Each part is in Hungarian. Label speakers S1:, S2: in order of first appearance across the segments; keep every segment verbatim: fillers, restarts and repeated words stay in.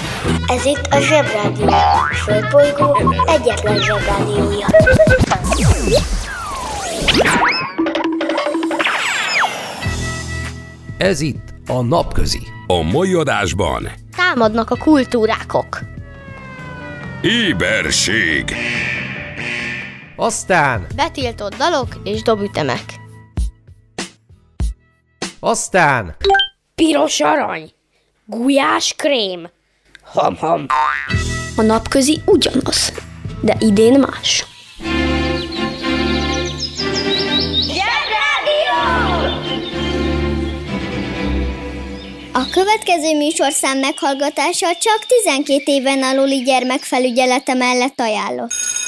S1: Ez itt a Zsebrádió, a Földbolygó egyetlen Zsebrádiója.
S2: Ez itt a Napközi.
S3: A mai adásban
S4: támadnak a kultúrákok.
S3: Éberség.
S2: Aztán
S4: Betiltott dalok és dobütemek.
S2: Aztán
S5: Piros arany, gulyás krém, ham-ham.
S4: A Napközi ugyanaz, de idén más.
S1: A következő műsorszám meghallgatása csak tizenkét éven aluli gyermekfelügyelete mellett ajánlott.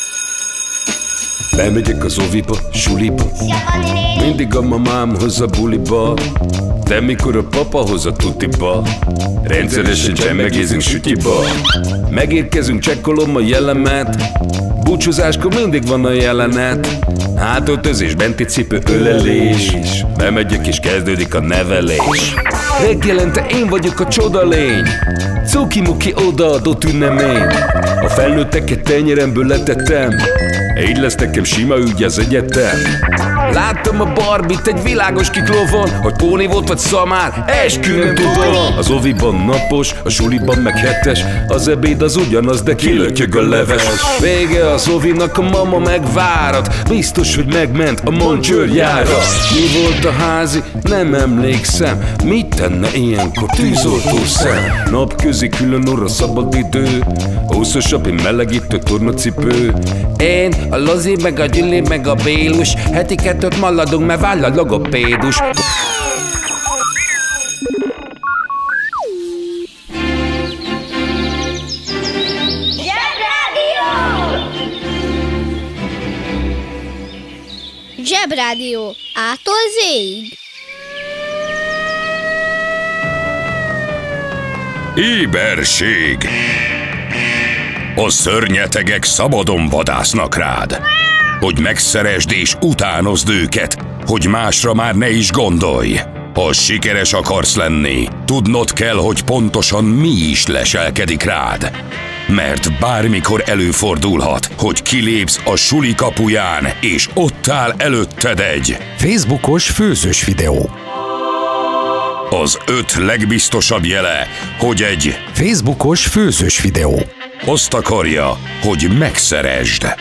S3: Bemegyek az oviba, suliba, mindig a mamám hoz a buliba, de mikor a papa hoz a tutiba, rendszeresen csemmegézünk sütiba. Megérkezünk, csekkolom a jellemet, búcsúzáskor mindig van a jelenet. Hátöltözés, benti cipő, ölelés, bemegyek és kezdődik a nevelés. Reggelente én vagyok a csodalény, cuki-muki odaadott ünnemény. A felnőtteket tenyeremből letettem, így lesz nekem sima ügy az egyetem. Láttam a Barbit egy világos kiklovon, hogy Póni volt vagy szamár, eskü nem tudom. Az oviban napos, a suliban meg hetes, az ebéd az ugyanaz, de kilötyög a leves. Vége az ovinak, a mama megvárat, biztos, hogy megment a Moncsőrjára. Mi volt a házi? Nem emlékszem, mit tenne ilyenkor tűzoltó szem? Napközi külön orra szabad idő, húszosabb, én melegítő tornacipő. Én, a Lozi, meg a Gyüli, meg a Bélus, heti kettőt maladunk, mert váll a logopédus.
S4: Zsebrádió A-tól Z-ig.
S3: Éberség. A szörnyetegek szabadon vadásznak rád, hogy megszeresd és utánozd őket, hogy másra már ne is gondolj. Ha sikeres akarsz lenni, tudnod kell, hogy pontosan mi is leselkedik rád. Mert bármikor előfordulhat, hogy kilépsz a suli kapuján, és ott áll előtted egy
S2: Facebookos főzős videó.
S3: Az öt legbiztosabb jele, hogy egy
S2: Facebookos főzős videó
S3: azt akarja, hogy megszeresd.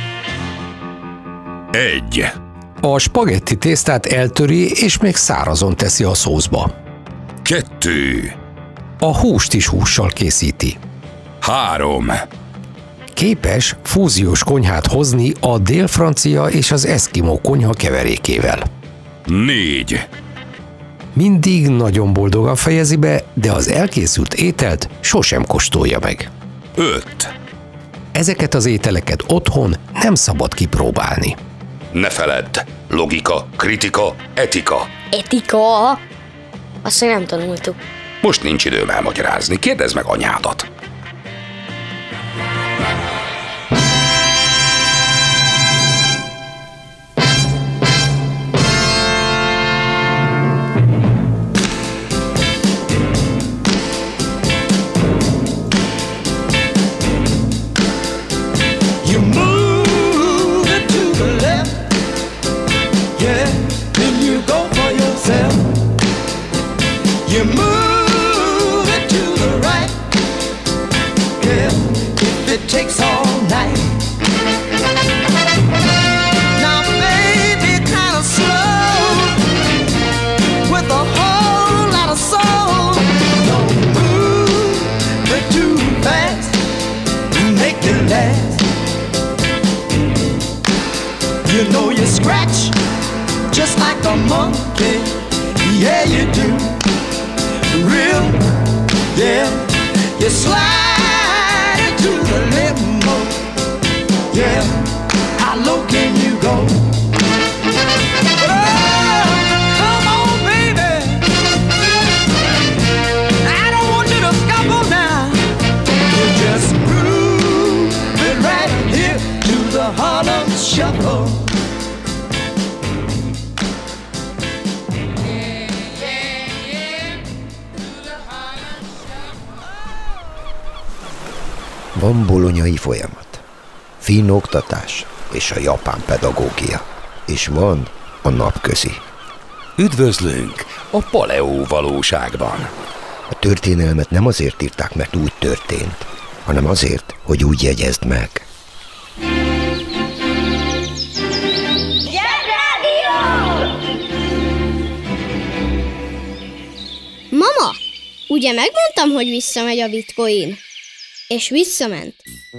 S3: Egy.
S2: A spagetti tésztát eltöri, és még szárazon teszi a szószba.
S3: Kettő.
S2: A húst is hússal készíti.
S3: Három.
S2: Képes fúziós konyhát hozni a dél-francia és az eszkimó konyha keverékével.
S3: Négy.
S2: Mindig nagyon boldogan fejezi be, de az elkészült ételt sosem kóstolja meg.
S3: Öt.
S2: Ezeket az ételeket otthon nem szabad kipróbálni.
S3: Ne feledd, logika, kritika, etika.
S4: Etika? Azt még nem tanultuk.
S3: Most nincs időm elmagyarázni, kérdezd meg anyádat.
S6: You move it to the right, yeah, if it takes all night. Now baby, kind of slow, with a whole lot of soul. Don't move it too fast, make it last. You know you scratch just like a monkey, yeah you do. Real, yeah, you slide into the limbo, yeah, how low can you go? Oh, come on baby, I don't want you to scuffle now. You just groove it right here to the Harlem Shuffle.
S7: Van bolonyai folyamat, finn oktatás és a japán pedagógia, és van a napközi.
S2: Üdvözlünk a paleó valóságban.
S7: A történelmet nem azért írták, mert úgy történt, hanem azért, hogy úgy jegyezd meg.
S4: Mama, ugye megmondtam, hogy visszamegy a bitcoin? És visszament.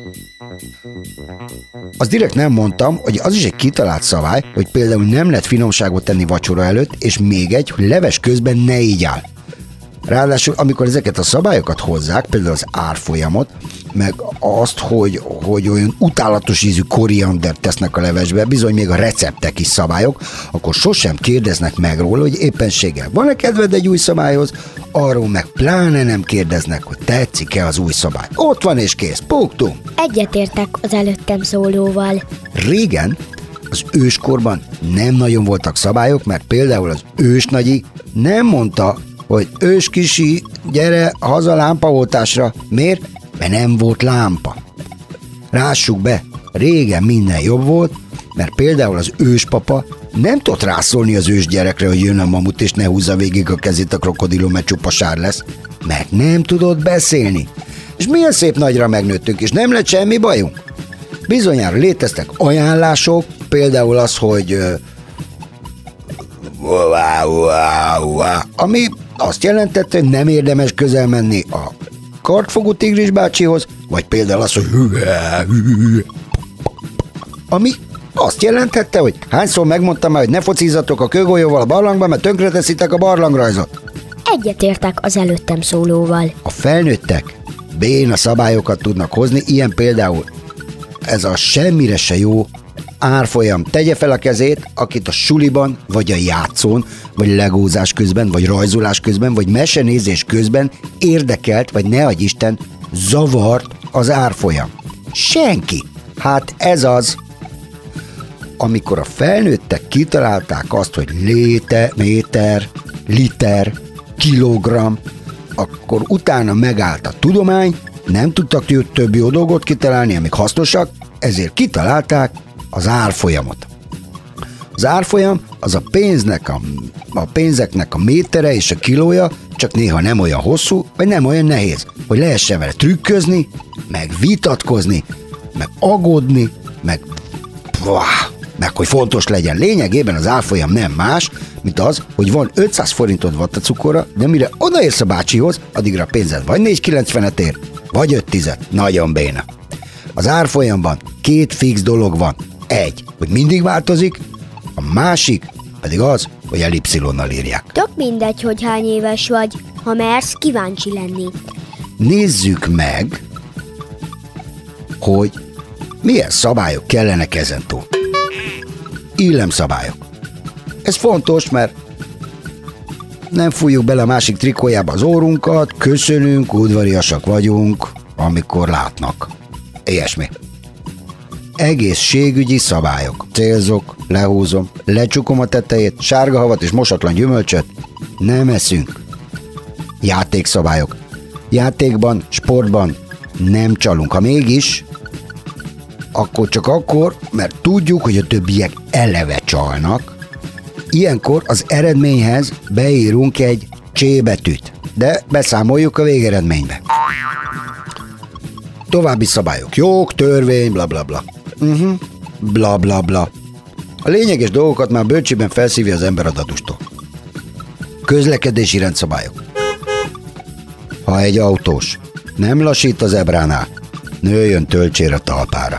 S8: Az direkt nem mondtam, hogy az is egy kitalált szabály, hogy például nem lehet finomságot tenni vacsora előtt, és még egy, hogy leves közben ne így áll. Ráadásul, amikor ezeket a szabályokat hozzák, például az árfolyamot, meg azt, hogy, hogy olyan utálatos ízű koriandert tesznek a levesbe, bizony még a receptek is szabályok, akkor sosem kérdeznek meg róla, hogy éppenséggel van-e kedved egy új szabályhoz, arról meg pláne nem kérdeznek, hogy tetszik-e az új szabály. Ott van és kész, punktum.
S1: Egyetértek az előttem szólóval.
S8: Régen, az őskorban nem nagyon voltak szabályok, mert például az ősnagyi nem mondta, hogy ős kisi, gyere haza lámpaoltásra. Miért? Mert nem volt lámpa. Rássuk be, régen minden jobb volt, mert például az őspapa nem tudott rászólni az ős gyerekre, hogy jön a mamut, és ne húzza végig a kezét a krokodilon, mert csupa sár lesz, mert nem tudott beszélni. És milyen szép nagyra megnőttünk, és nem lett semmi bajunk. Bizonyára léteztek ajánlások, például az, hogy ami azt jelentette, hogy nem érdemes közel menni a kartfogú tigris bácsihoz, vagy például az, hogy ami azt jelentette, hogy hányszor megmondtam már, hogy ne focizzatok a kőgolyóval a barlangban, mert tönkreteszitek a barlangrajzot.
S1: Egyetértek az előttem szólóval.
S8: A felnőttek béna szabályokat tudnak hozni, ilyen például ez a semmire se jó árfolyam. Tegye fel a kezét, akit a suliban, vagy a játszón, vagy legózás közben, vagy rajzolás közben, vagy mesenézés közben érdekelt, vagy ne adj Isten, zavart az árfolyam. Senki. Hát ez az. Amikor a felnőttek kitalálták azt, hogy léte, méter, liter, kilogramm, akkor utána megállt a tudomány, nem tudtak több jó dolgot kitalálni, amik hasznosak, ezért kitalálták az árfolyamot. Az árfolyam az a pénznek a, a pénzeknek a métere és a kilója, csak néha nem olyan hosszú, vagy nem olyan nehéz, hogy lehessen vele trükközni, meg vitatkozni, meg aggódni, meg pvá, meg hogy fontos legyen. Lényegében az árfolyam nem más, mint az, hogy van ötszáz forintod vattacukorra, de mire odaérsz a bácsihoz, addigra a pénzed vagy négy kilencvenet ér, vagy öt tizet. Nagyon béna. Az árfolyamban két fix dolog van. Egy, hogy mindig változik, a másik pedig az, hogy elipszilonnal írják.
S1: Tök mindegy, hogy hány éves vagy, ha mersz kíváncsi lenni.
S8: Nézzük meg, hogy milyen szabályok kellenek ezentúl. Illemszabályok. Ez fontos, mert nem fújjuk bele a másik trikójába az órunkat, köszönünk, udvariasak vagyunk, amikor látnak. Ilyesmi. Egészségügyi szabályok. Célzok, lehúzom, lecsukom a tetejét, sárga havat és mosatlan gyümölcsöt nem eszünk. Játékszabályok. Játékban, sportban nem csalunk. Ha mégis, akkor csak akkor, mert tudjuk, hogy a többiek eleve csalnak. Ilyenkor az eredményhez beírunk egy C betűt, de beszámoljuk a végeredménybe. További szabályok. Jog, törvény, bla bla bla. Uh-huh. Bla bla bla. A lényeges dolgokat már bölcsében felszívja az ember a dadustól. Közlekedési rendszabályok. Ha egy autós nem lassít a zebránál, nőjön töltsér a talpára.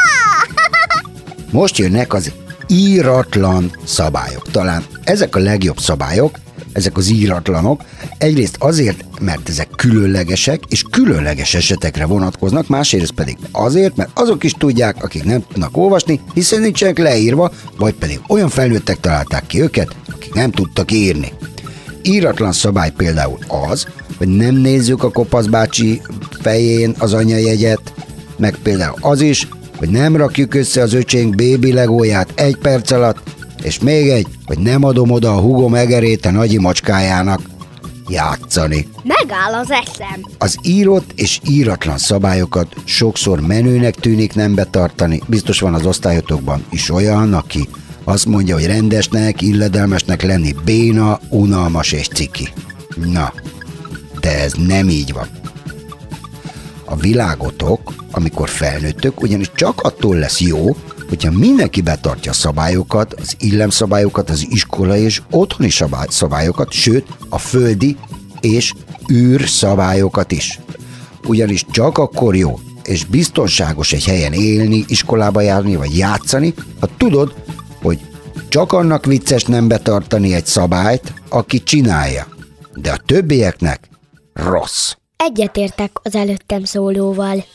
S8: Most jönnek az íratlan szabályok. Talán ezek a legjobb szabályok, ezek az íratlanok, egyrészt azért, mert ezek különlegesek, és különleges esetekre vonatkoznak, másrészt pedig azért, mert azok is tudják, akik nem tudnak olvasni, hiszen nincsenek leírva, vagy pedig olyan felnőttek találták ki őket, akik nem tudtak írni. Íratlan szabály például az, hogy nem nézzük a kopasz bácsi fején az anyajegyet, meg például az is, hogy nem rakjuk össze az öcsénk bébi legóját egy perc alatt, és még egy, hogy nem adom oda a hugom egerét a nagyi macskájának. játszani.
S5: Megáll az eszem.
S8: Az írott és íratlan szabályokat sokszor menőnek tűnik nem betartani. Biztos van az osztályotokban is olyan, aki azt mondja, hogy rendesnek, illedelmesnek lenni béna, unalmas és ciki. Na, de ez nem így van. A világotok, amikor felnőttök, ugyanis csak attól lesz jó, hogyha mindenki betartja a szabályokat, az illemszabályokat, az iskolai és otthoni szabályokat, sőt, a földi és űr szabályokat is. Ugyanis csak akkor jó és biztonságos egy helyen élni, iskolába járni vagy játszani, ha tudod, hogy csak annak vicces nem betartani egy szabályt, aki csinálja, de a többieknek rossz.
S5: Egyetértek az előttem szólóval.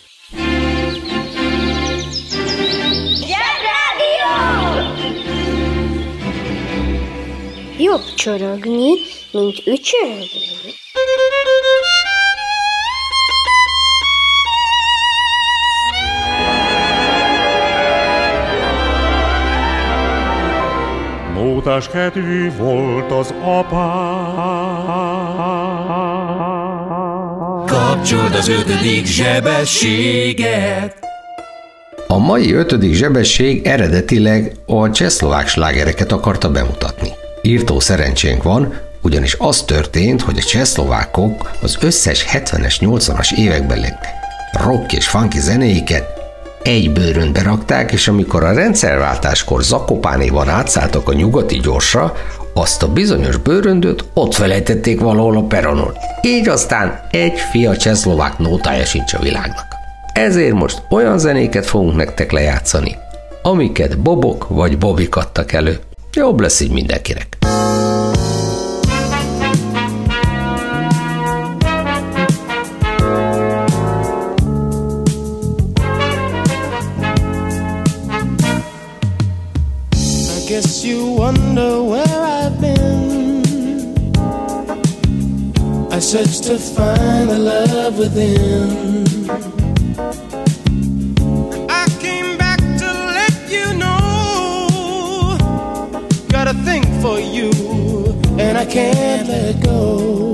S1: Jobb csorogni, mint ücsörögni.
S9: Mótás kedvű volt az apám.
S6: Kapcsold az ötödik zsebességet.
S2: A mai ötödik zsebesség eredetileg a csehszlovák slágereket akarta bemutatni. Írtó szerencsénk van, ugyanis az történt, hogy a csehszlovákok az összes hetvenes, nyolcvanas években rock és funky zenéiket egy bőrön berakták, és amikor a rendszerváltáskor Zakopánéban átszálltak a nyugati gyorsra, azt a bizonyos bőröndöt ott felejtették valahol a peronon. Így aztán egy fia csehszlovák nótája sincs a világnak. Ezért most olyan zenéket fogunk nektek lejátszani, amiket Bobok vagy Bobik adtak elő. Jobb lesz így mindenkinek.
S6: I guess you wonder where I've been. I searched to find the love within. A thing for you, and I can't let go.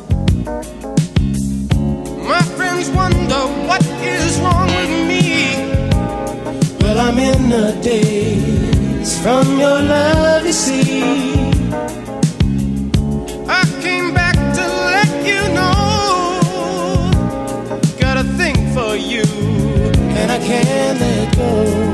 S6: My friends wonder what is wrong with me. Well, I'm in a daze from your love, you see. I came back to let you know. Got a thing for you, and I can't let go.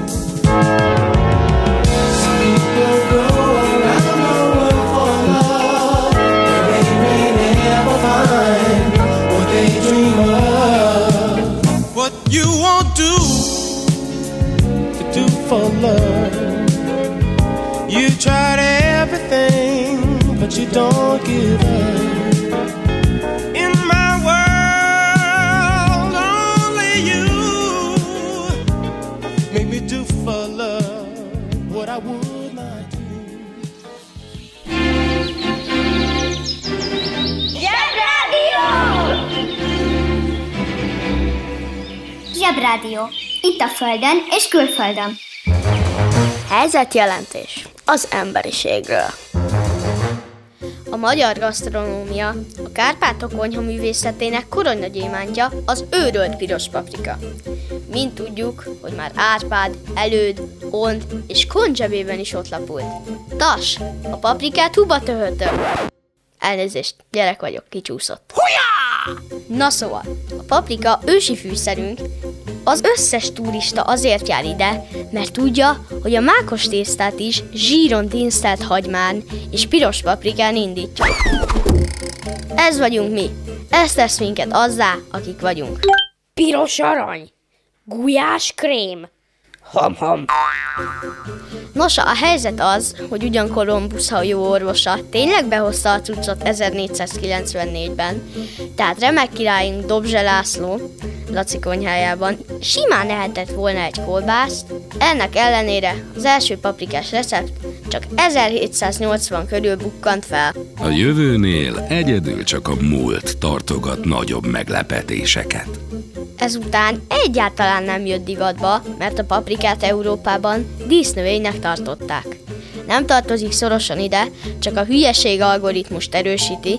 S6: For love, you tried everything, but you don't give up. In my world, only you make me do for love what I would not do.
S1: Zsebrádió! Zsebrádió. Itt a Földön és külföldön.
S4: Helyzetjelentés az emberiségről. A magyar gasztronómia, a Kárpátok konyhaművészetének koronyagyémántja az őrölt piros paprika. Mind tudjuk, hogy már Árpád, Előd, Hont és Kont zsebében is ott lapult. Tas, a paprikát húba töhötöm. Elnézést, gyerek vagyok, kicsúszott. Hujá! Na szóval, a paprika ősi fűszerünk. Az összes turista azért jár ide, mert tudja, hogy a mákos tésztát is zsíron tinsztelt hagymán és piros paprikán indítja. Ez vagyunk mi. Ez tesz minket azzá, akik vagyunk.
S5: Piros arany, gulyás krém, ham-ham.
S4: Nos, a helyzet az, hogy ugyan Kolumbusz hajó orvosa tényleg behozta a cuccot ezernégyszázkilencvennégyben, tehát remek királyunk Dobzse László Laci konyhájában simán ehetett volna egy kolbászt, ennek ellenére az első paprikás recept csak ezerhétszáznyolcvan körül bukkant fel.
S3: A jövőnél egyedül csak a múlt tartogat nagyobb meglepetéseket.
S4: Ezután egyáltalán nem jött divatba, mert a paprikát Európában dísznövénynek tartották. Nem tartozik szorosan ide, csak a hülyeség algoritmust erősíti,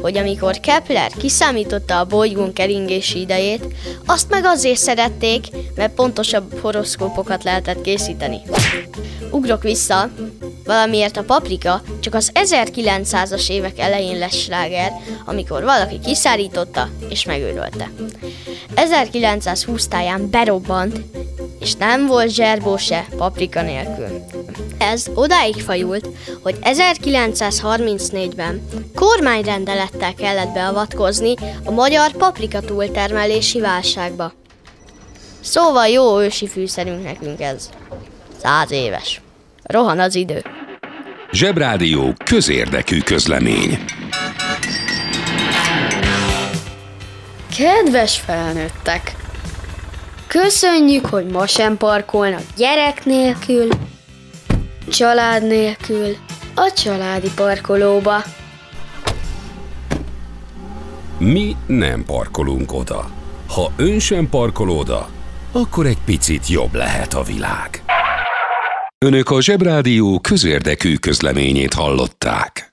S4: hogy amikor Kepler kiszámította a bolygón keringési idejét, azt meg azért szerették, mert pontosabb horoszkópokat lehetett készíteni. Ugrok vissza, valamiért a Paprika csak az ezerkilencszázas évek elején lesz sláger, amikor valaki kiszárította és megőrölte. ezerkilencszázhúsz táján berobbant, és nem volt zserbó se paprika nélkül. Ez odáig fajult, hogy ezerkilencszázharmincnégyben kormányrendelettel kellett beavatkozni a magyar paprika túltermelési válságba. Szóval jó ősi fűszerünk nekünk ez. Száz éves. Rohan az idő.
S3: Zsebrádió közérdekű közlemény.
S4: Kedves felnőttek! Köszönjük, hogy ma sem parkolnak gyerek nélkül, család nélkül a családi parkolóba.
S3: Mi nem parkolunk oda. Ha ön sem parkol oda, akkor egy picit jobb lehet a világ. Önök a Zsebrádió közérdekű közleményét hallották.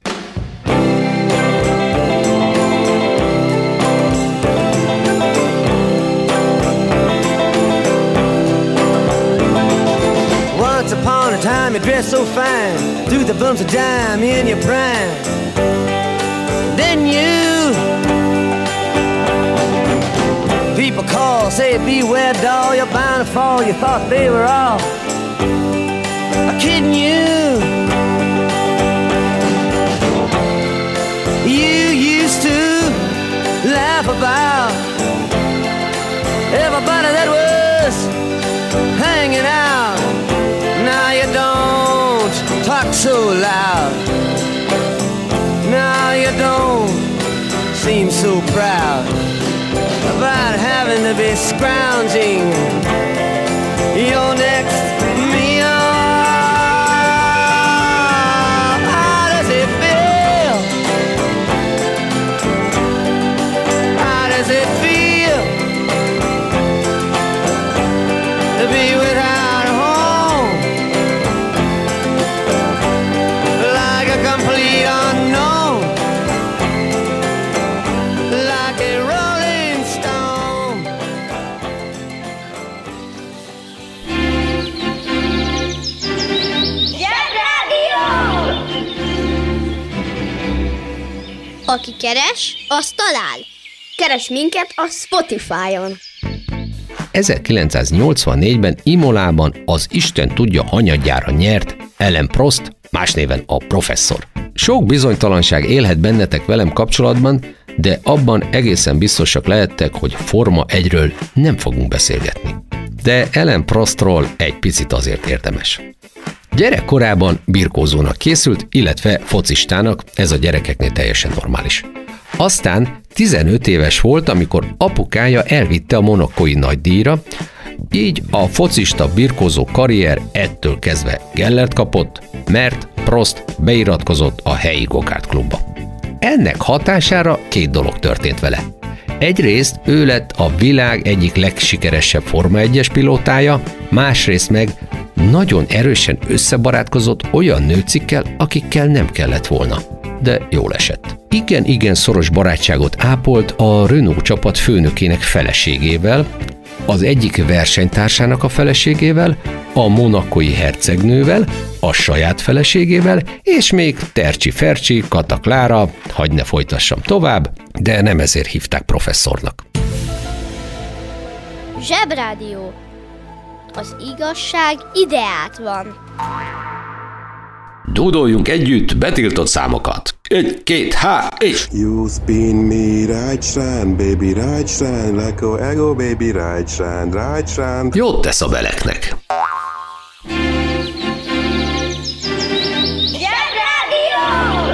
S6: Once upon a time you dressed so fine, threw the bumps of dime in your prime. Then you people call, say beware doll, you're bound to fall. You thought they were all kidding you. You used to laugh about everybody that was hanging out. Now you don't talk so loud. Now you don't seem so proud about having to be scrounging your next meal. How does it feel? How does it feel to be without a home? Like a complete unknown, like a rolling stone.
S4: Aki keres, az talál. Keres minket a Spotify-on.
S2: ezerkilencszáznyolcvannégyben Imolában az Isten tudja hanyadjára nyert Alain Prost, más néven a professzor. Sok bizonytalanság élhet bennetek velem kapcsolatban, de abban egészen biztosak lehettek, hogy Forma egyről nem fogunk beszélgetni. De Alain Prostról egy picit azért érdemes. Gyerekkorában birkózónak készült, illetve focistának, ez a gyerekeknél teljesen normális. Aztán tizenöt éves volt, amikor apukája elvitte a monacói nagydíjra, így a focista birkózó karrier ettől kezdve Gellert kapott, mert Prost beiratkozott a helyi go-kart klubba. Ennek hatására két dolog történt vele. Egyrészt ő lett a világ egyik legsikeresebb Forma egyes pilótája, másrészt meg nagyon erősen összebarátkozott olyan nőcikkel, akikkel nem kellett volna. De jól esett. Igen-igen szoros barátságot ápolt a Renault csapat főnökének feleségével, az egyik versenytársának a feleségével, a monacói hercegnővel, a saját feleségével, és még Tercsi-Fercsi, Kata Klára, hadd ne folytassam tovább, de nem ezért hívták professzornak.
S4: Zsebrádió. Az igazság ideát van.
S2: Dúdoljunk együtt betiltott számokat. Egy, két, há, és...
S10: You spin me right side, baby right side, like a ego, baby right side, right side.
S2: Jót tesz a beleknek.
S5: Zsebrádió!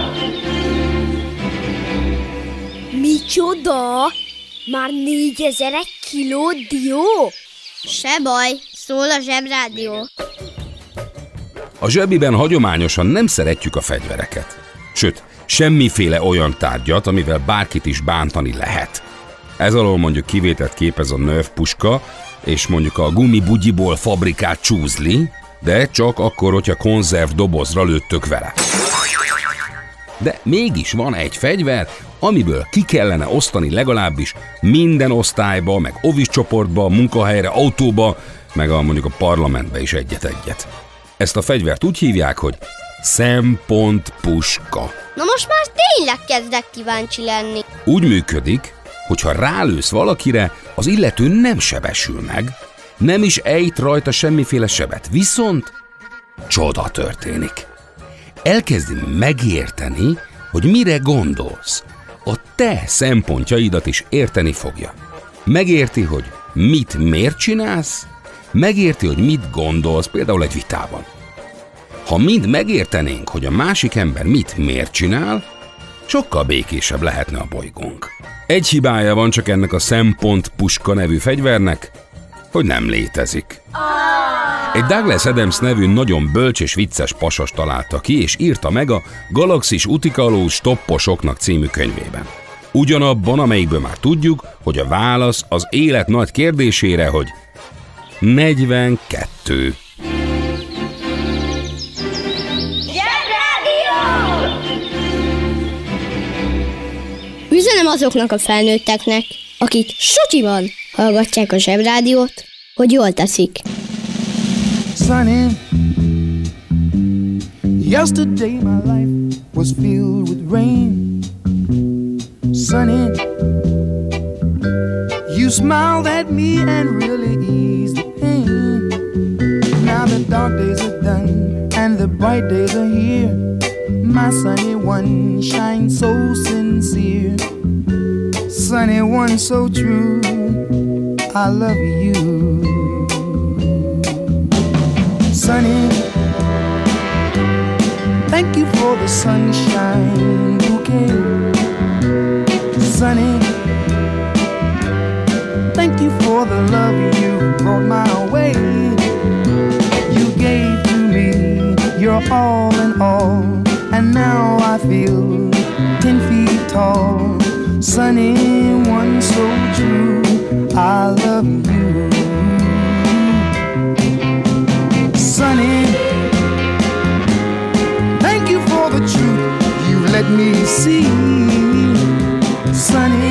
S5: Micsoda? Már négyezer kiló dió?
S4: Se baj, szól a Zsebrádió.
S3: A Zsebiben hagyományosan nem szeretjük a fegyvereket. Sőt, semmiféle olyan tárgyat, amivel bárkit is bántani lehet. Ez alól mondjuk kivételt képez a Nerf puska, és mondjuk a gumibugyiból fabrikált csúzli, de csak akkor, hogyha konzerv dobozra lőttök vele. De mégis van egy fegyver, amiből ki kellene osztani legalábbis minden osztályba, meg ovis csoportba, munkahelyre, autóba, meg a, mondjuk a parlamentbe is egyet-egyet. Ezt a fegyvert úgy hívják, hogy szempontpuska.
S4: Na most már tényleg kezdek kíváncsi lenni.
S3: Úgy működik, hogyha rálősz valakire, az illető nem sebesül meg, nem is ejt rajta semmiféle sebet, viszont csoda történik. Elkezdi megérteni, hogy mire gondolsz. A te szempontjaidat is érteni fogja. Megérti, hogy mit miért csinálsz, megérti, hogy mit gondolsz például egy vitában. Ha mind megértenénk, hogy a másik ember mit miért csinál, sokkal békésebb lehetne a bolygónk. Egy hibája van csak ennek a szempontpuska nevű fegyvernek, hogy nem létezik. Egy Douglas Adams nevű nagyon bölcs és vicces pasas találta ki, és írta meg a Galaxis utikaló stopposoknak című könyvében. Ugyanabban, amelyikből már tudjuk, hogy a válasz az élet nagy kérdésére, hogy negyvenkettő.
S5: Üzenem azoknak a felnőtteknek, akik sutyiban hallgatják a Zsebrádiót, hogy jól teszik.
S6: Sunny, yesterday my life was filled with rain. Sunny, you smiled at me and really eased the pain. Now the dark days are done and the bright days are here. My sunny one shines so sincere. Sunny one so true, I love you. Sunny, thank you for the sunshine bouquet. Sunny, thank you for the love you brought my way. You gave to me your all in all, and now I feel ten feet tall. Sunny one so true, I love you. Sunny, thank you for the truth you let me see. Sunny,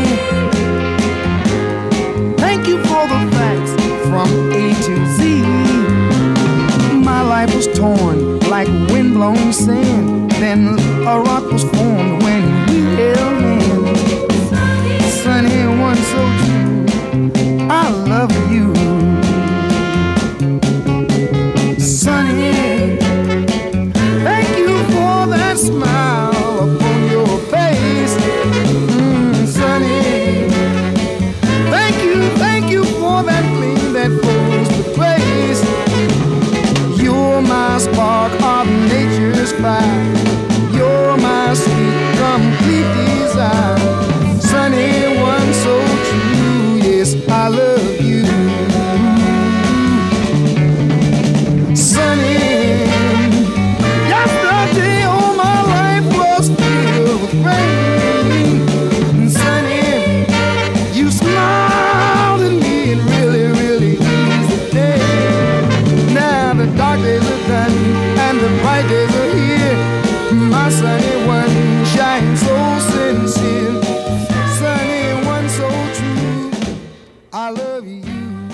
S6: thank you for the facts from A to Z. My life was torn like windblown sand, then a rock was formed when we held hands. Sunny one so true, I love you. Sunny, thank you for that smile upon your face. Mm, Sunny, thank you, thank you for that gleam that flows with grace. You're my spark of nature's fire. You're my sweet, complete desire. Sunny one so true, yes, I love you. Sunny, yesterday all my life was filled with rain. Sunny, you smiled at me and really, really eased the day. Now the dark days are done and the bright days are here. My sunny one shines so sincere. Sunny one so true, I love you.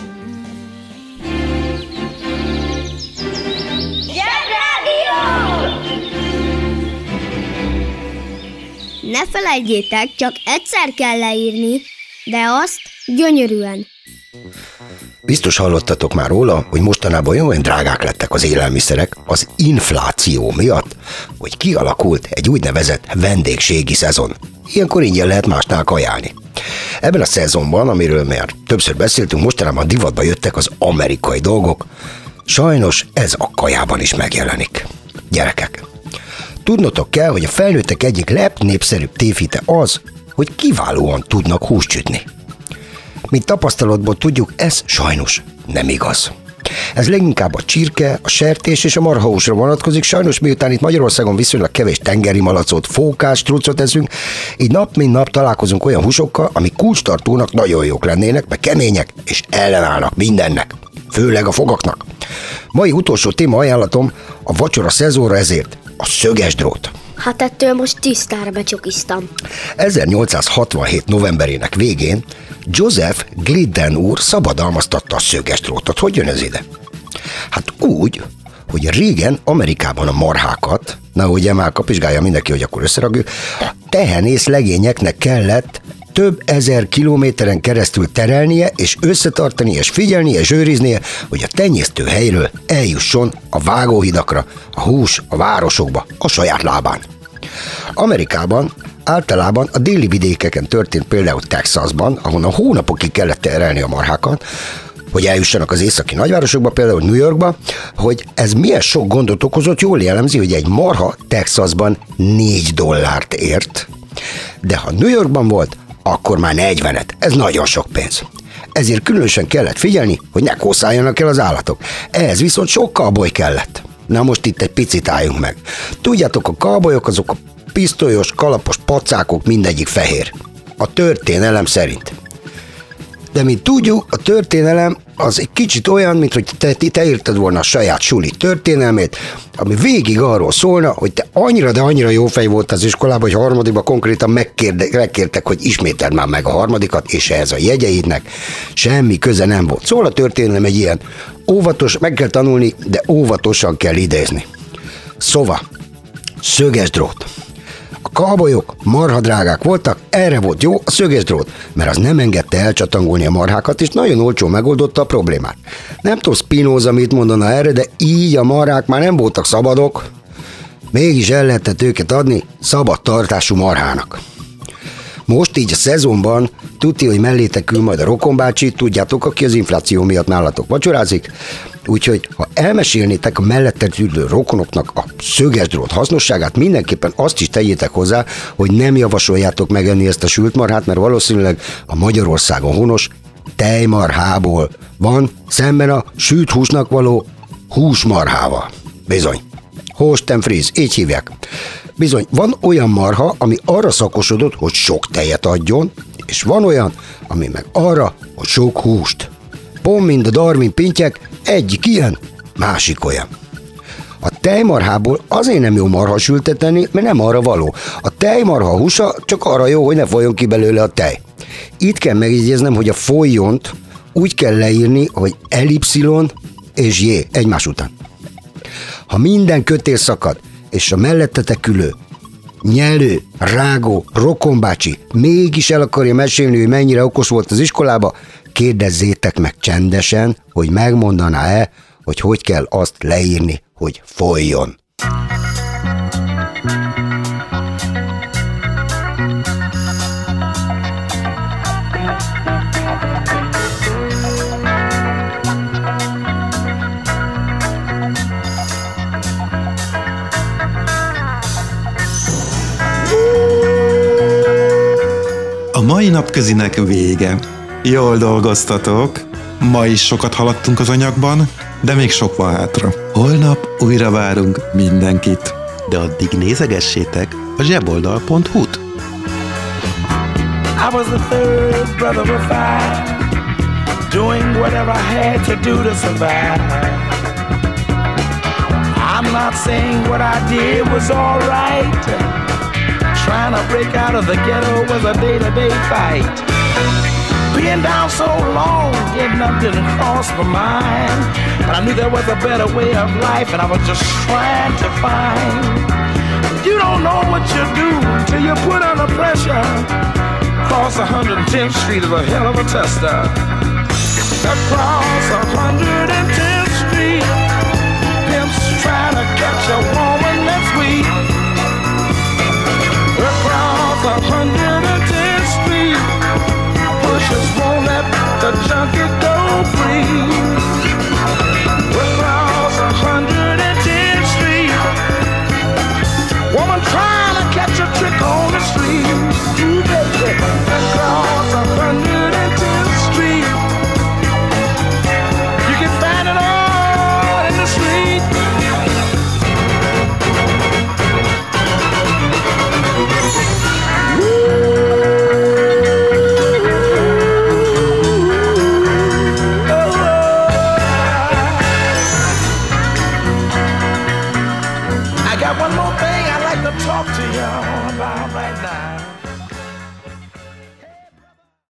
S5: Ne felejtjétek, csak egyszer kell leírni, de azt gyönyörűen.
S8: Biztos hallottatok már róla, hogy mostanában olyan drágák lettek az élelmiszerek az infláció miatt, hogy kialakult egy úgynevezett vendégségi szezon. Ilyenkor ingyen lehet másnál kajálni. Ebben a szezonban, amiről már többször beszéltünk, mostanában divatba jöttek az amerikai dolgok. Sajnos ez a kajában is megjelenik. Gyerekek, tudnotok kell, hogy a felnőttek egyik legnépszerűbb tévhite az, hogy kiválóan tudnak húst sütni. Mint tapasztalatból tudjuk, ez sajnos nem igaz. Ez leginkább a csirke, a sertés és a marhahúsra vonatkozik, sajnos miután itt Magyarországon viszonylag kevés tengeri malacot, fókás, trucot eszünk, így nap mint nap találkozunk olyan húsokkal, amik kulcstartónak nagyon jók lennének, meg kemények, és ellenállnak mindennek, főleg a fogaknak. Mai utolsó téma ajánlatom a vacsora szezonra ezért a szöges drót.
S1: Hát ettől most tisztára becsokiztam.
S8: ezernyolcszázhatvanhét novemberének végén Joseph Glidden úr szabadalmaztatta a szögesdrótot. Hogy jön ez ide? Hát úgy, hogy régen Amerikában a marhákat, na ugye már kapizsgálja mindenki, hogy akkor összeragjuk, tehenész legényeknek kellett több ezer kilométeren keresztül terelnie, és összetartani, és figyelnie, és őriznie, hogy a tenyésztő helyről eljusson a vágóhidakra, a hús a városokba, a saját lábán. Amerikában általában a déli vidékeken történt, például Texasban, ahonnan hónapokig kellett terelni a marhákat, hogy eljussanak az északi nagyvárosokba, például New Yorkba, hogy ez milyen sok gondot okozott, jól jellemzi, hogy egy marha Texasban négy dollárt ért, de ha New Yorkban volt, akkor már negyvenet. Ez nagyon sok pénz. Ezért különösen kellett figyelni, hogy ne kószáljanak el az állatok. Ehhez viszont sok cowboy kellett. Na most itt egy picit álljunk meg. Tudjátok, a cowboyok azok a pisztolyos, kalapos pacákok, mindegyik fehér. A történelem szerint. De mint tudjuk, a történelem az egy kicsit olyan, mint hogy te, te írtad volna a saját suli történelmét, ami végig arról szólna, hogy te annyira, de annyira jó fej volt az iskolában, hogy harmadikban konkrétan megkérde, megkértek, hogy ismételd már meg a harmadikat, és ehhez a jegyeidnek semmi köze nem volt. Szóval a történelem egy ilyen óvatos, meg kell tanulni, de óvatosan kell idézni. Szóval, szögesdrót. A cowboyok marhadrágák voltak, erre volt jó a szögesdrót, mert az nem engedte elcsatangolni a marhákat, és nagyon olcsó megoldotta a problémát. Nem tudom Spinoza mit mondana erre, de így a marhák már nem voltak szabadok, mégis el lehetett őket adni szabad tartású marhának. Most így a szezonban tudti, hogy mellétek ül majd a rokonbácsi, tudjátok, aki az infláció miatt nálatok vacsorázik, úgyhogy ha elmesélnétek a mellettet ülő rokonoknak a szögesdrót hasznosságát, mindenképpen azt is tegyétek hozzá, hogy nem javasoljátok megenni ezt a sült marhát, mert valószínűleg a Magyarországon honos tejmarhából van szemben a sült húsnak való húsmarhával. Bizony. Holstein-Fries, így hívják. Bizony, van olyan marha, ami arra szakosodott, hogy sok tejet adjon, és van olyan, ami meg arra, hogy sok húst. Pont mind a Darwin pintyek, egyik ilyen, másik olyan. A tejmarhából azért nem jó marhasültet tenni, mert nem arra való. A tejmarha húsa csak arra jó, hogy ne folyjon ki belőle a tej. Itt kell megjegyeznem, hogy a folyjont úgy kell leírni, hogy elipszilon és j egymás után. Ha minden kötél szakad, és a mellettetek ülő nyelő, rágó, rokonbácsi mégis el akarja mesélni, hogy mennyire okos volt az iskolába, kérdezzétek meg csendesen, hogy megmondaná-e, hogy hogy kell azt leírni, hogy folyjon.
S11: A mai napközinek vége. Jól dolgoztatok. Ma is sokat haladtunk az anyagban, de még sok van hátra. Holnap újra várunk mindenkit. De addig nézegessétek a zseboldal pont hu-t.
S6: I was the third brother of five, doing whatever I had to do to survive. I'm not saying what I did was all right. Trying to break out of the ghetto was a day-to-day fight. Being down so long, getting up didn't cross my mind. But I knew there was a better way of life, and I was just trying to find. You don't know what you do till you put under pressure. Across one hundred tenth Street is a hell of a tester. Across one hundred tenth